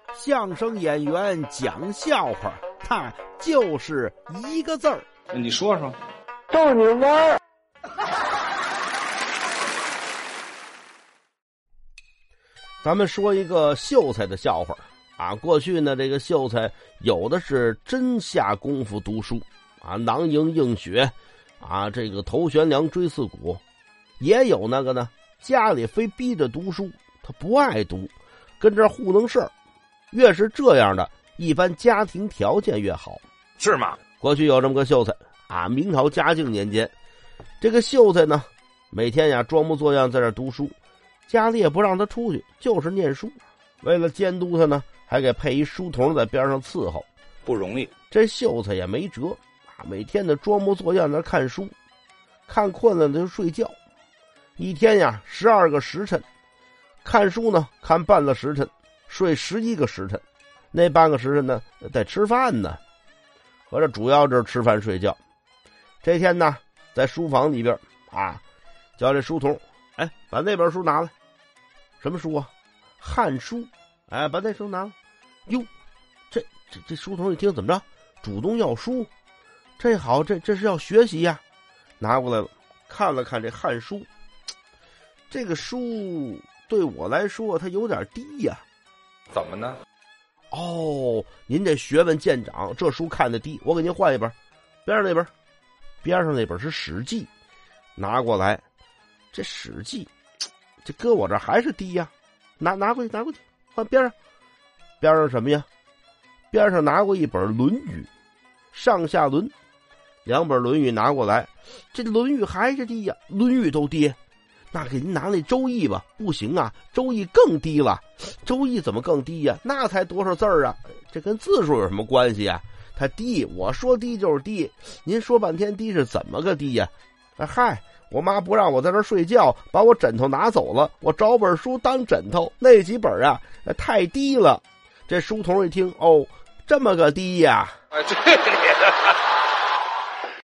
相声演员讲笑话，他就是一个字儿。 你说说。 逗你玩儿。 咱们说一个秀才的笑话啊。过去呢，这个秀才有的是真下功夫读书啊，囊萤映雪啊，这个头悬梁锥刺股；也有那个呢，家里非逼着读书，他不爱读，跟这糊弄事儿。越是这样的，一般家庭条件越好， 是吗？ 过去有这么个秀才啊，明朝嘉靖年间，这个秀才呢，每天呀装模作样在这读书，家里也不让他出去，就是念书。为了监督他呢，还给配一书童在边上伺候， 不容易。 这秀才也没辙啊，每天的装模作样在看书，看困了就睡觉。一天呀12个时辰，看书呢看半个时辰，睡11个时辰，那半个时辰呢得吃饭呢。合着主要就是吃饭睡觉。这天呢，在书房里边啊，叫这书童，哎，把那本书拿来。什么书啊？《汉书》。哎，把那书拿来。哟，这书童一听，怎么着？主动要书，这好，这是要学习呀。拿过来了，看了看这《汉书》，这个书对我来说它有点低呀。 怎么呢？ 哦，您这学问见长，这书看得低，我给您换一本。边上那本是《史记》，拿过来，这《史记》，这搁我这还是低呀，拿过去，换边上什么呀？边上拿过一本《论语》，上下轮，两本《论语》拿过来，这《论语》还是低呀，《论语》都低。那给您拿那《周易》吧，不行啊，《周易》更低了。《周易》怎么更低呀？那才多少字儿啊？这跟字数有什么关系啊？它低，我说低就是低，您说半天低是怎么个低呀？嗨，我妈不让我在这儿睡觉，把我枕头拿走了，我找本书当枕头，那几本啊太低了。这书童一听，哦，这么个低呀？ 这里